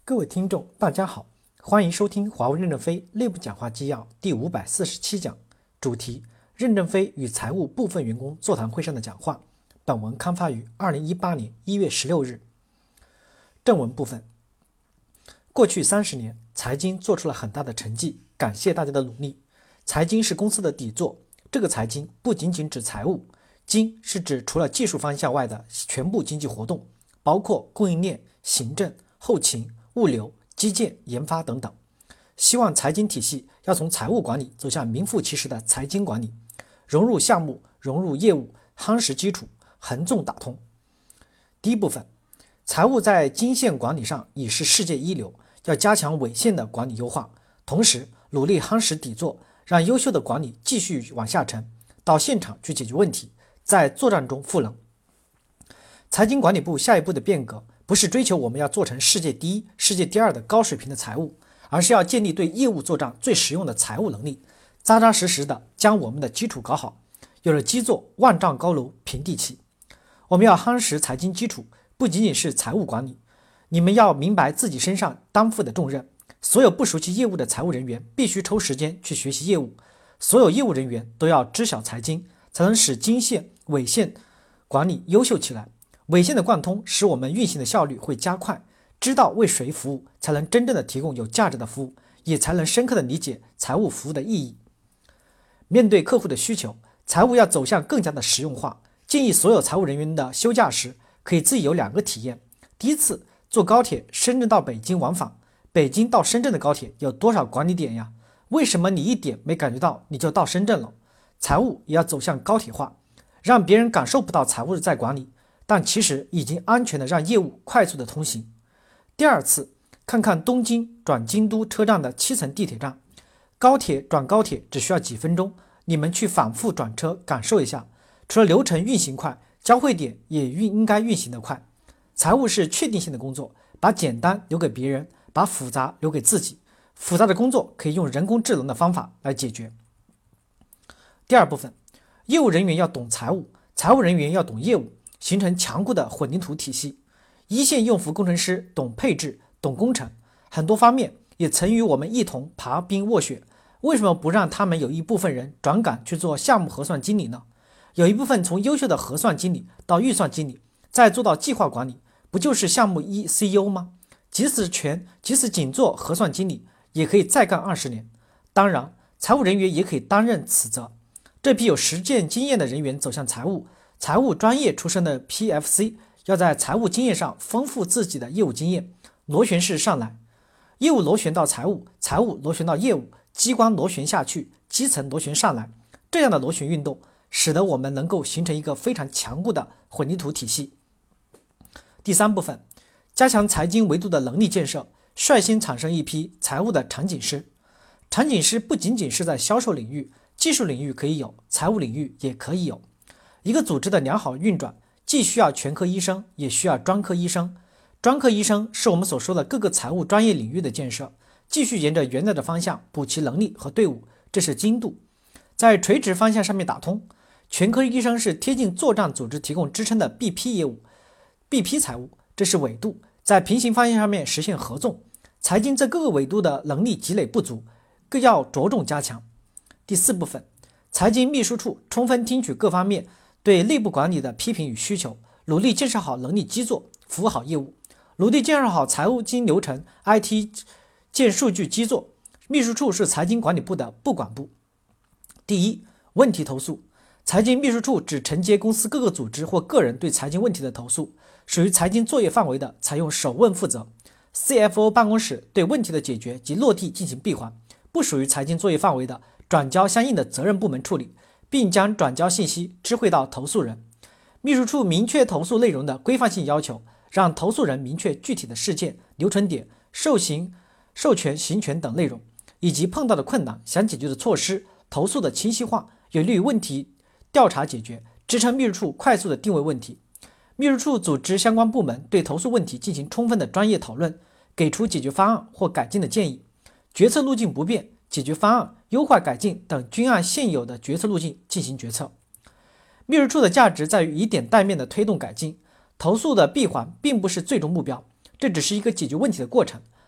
各位听众，大家好，欢迎收听华为任正非内部讲话纪要第547讲，主题：任正非与财务部分员工座谈会上的讲话。本文刊发于2018年1月16日。正文部分：过去30年，财经做出了很大的成绩，感谢大家的努力。财经是公司的底座，这个财经不仅仅指财务，经是指除了技术方向外的全部经济活动，包括供应链、行政、后勤、物流、基建、研发等等。希望财经体系要从财务管理走向名副其实的财经管理，融入项目，融入业务，夯实基础，横纵打通。第一部分，财务在经线管理上已是世界一流，要加强纬线的管理优化，同时努力夯实底座，让优秀的管理继续往下沉，到现场去解决问题，在作战中赋能。财经管理部下一步的变革，不是追求我们要做成世界第一、世界第二的高水平的财务，而是要建立对业务做账最实用的财务能力，扎扎实实的将我们的基础搞好。有了基座，万丈高楼平地起。我们要夯实财经基础，不仅仅是财务管理，你们要明白自己身上担负的重任。所有不熟悉业务的财务人员必须抽时间去学习业务，所有业务人员都要知晓财经，才能使经线、纬线管理优秀起来。纬线的贯通使我们运行的效率会加快，知道为谁服务，才能真正的提供有价值的服务，也才能深刻的理解财务服务的意义。面对客户的需求，财务要走向更加的实用化。建议所有财务人员的休假时可以自己有2个体验。第一次，坐高铁深圳到北京往返，北京到深圳的高铁有多少管理点呀？为什么你一点没感觉到你就到深圳了？财务也要走向高铁化，让别人感受不到财务在管理，但其实已经安全的让业务快速的通行。第二次，看看东京转京都车站的7层地铁站，高铁转高铁只需要几分钟，你们去反复转车感受一下。除了流程运行快，交汇点也应该运行得快。财务是确定性的工作，把简单留给别人，把复杂留给自己。复杂的工作可以用人工智能的方法来解决。第二部分，业务人员要懂财务，财务人员要懂业务，形成强固的混凝土体系。一线用服工程师懂配置，懂工程，很多方面也曾与我们一同爬冰卧雪，为什么不让他们有一部分人转岗去做项目核算经理呢？有一部分从优秀的核算经理到预算经理，再做到计划管理，不就是项目一 CEO 吗？即使仅做核算经理，也可以再干20年。当然，财务人员也可以担任此责。这批有实践经验的人员走向财务专业出身的 PFC， 要在财务经验上丰富自己的业务经验，螺旋式上来，业务螺旋到财务，财务螺旋到业务，机关螺旋下去，基层螺旋上来，这样的螺旋运动使得我们能够形成一个非常强固的混凝土体系。第三部分，加强财经维度的能力建设，率先产生一批财务的场景师。场景师不仅仅是在销售领域，技术领域可以有，财务领域也可以有。一个组织的良好运转，既需要全科医生，也需要专科医生。专科医生是我们所说的各个财务专业领域的建设，继续沿着原来的方向补齐能力和队伍，这是精度。在垂直方向上面打通。全科医生是贴近作战组织提供支撑的 BP 业务 BP 财务，这是纬度，在平行方向上面实现合纵。财经这各个纬度的能力积累不足，更要着重加强。第四部分，财经秘书处充分听取各方面对内部管理的批评与需求，努力建设好能力基座，服务好业务，努力建设好财务经流程 IT 建数据基座。秘书处是财经管理部的部管部。第一，问题投诉。财经秘书处只承接公司各个组织或个人对财经问题的投诉，属于财经作业范围的，采用首问负责。CFO 办公室对问题的解决及落地进行闭环，不属于财经作业范围的，转交相应的责任部门处理，并将转交信息知会到投诉人。秘书处明确投诉内容的规范性要求，让投诉人明确具体的事件、流程点、授权、行权等内容，以及碰到的困难、想解决的措施，投诉的清晰化，有利于问题调查解决，支撑秘书处快速的定位问题。秘书处组织相关部门对投诉问题进行充分的专业讨论，给出解决方案或改进的建议。决策路径不变，解决方案、优化改进等均按现有的决策路径进行决策。秘书处的价值在于以点带面的推动改进，投诉的闭环并不是最终目标，这只是一个解决问题的过程。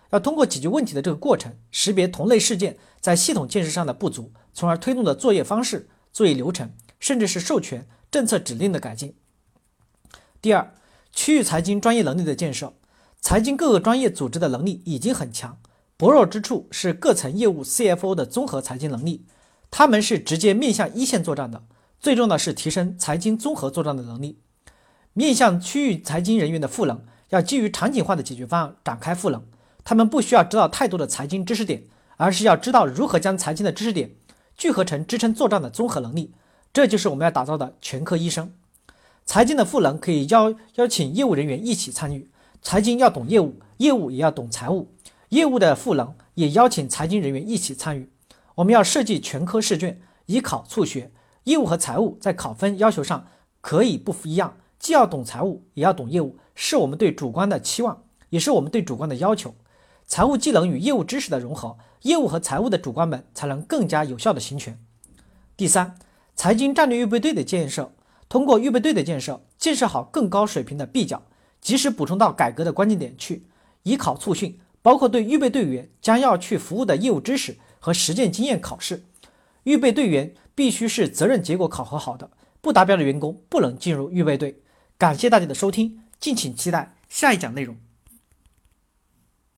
要通过解决问题的这个过程，识别同类事件在系统建设上的不足，从而推动的作业方式、作业流程，甚至是授权、政策指令的改进。第二，区域财经专业能力的建设。财经各个专业组织的能力已经很强，薄弱之处是各层业务 CFO 的综合财经能力，他们是直接面向一线作战的。最重要的是提升财经综合作战的能力。面向区域财经人员的赋能，要基于场景化的解决方案展开赋能。他们不需要知道太多的财经知识点，而是要知道如何将财经的知识点聚合成支撑作战的综合能力。这就是我们要打造的全科医生。财经的赋能可以邀请业务人员一起参与，财经要懂业务，业务也要懂财务，业务的赋能也邀请财经人员一起参与。我们要设计全科试卷，以考促学。业务和财务在考分要求上可以不一样，既要懂财务，也要懂业务，是我们对主观的期望，也是我们对主观的要求。财务技能与业务知识的融合，业务和财务的主观本才能更加有效的形全。第三，财经战略预备队的建设。通过预备队的建设，建设好更高水平的 B 角，及时补充到改革的关键点去，以考促训，包括对预备队员将要去服务的业务知识和实践经验考试。预备队员必须是责任结果考核好的，不达标的员工不能进入预备队。感谢大家的收听，敬请期待下一讲内容。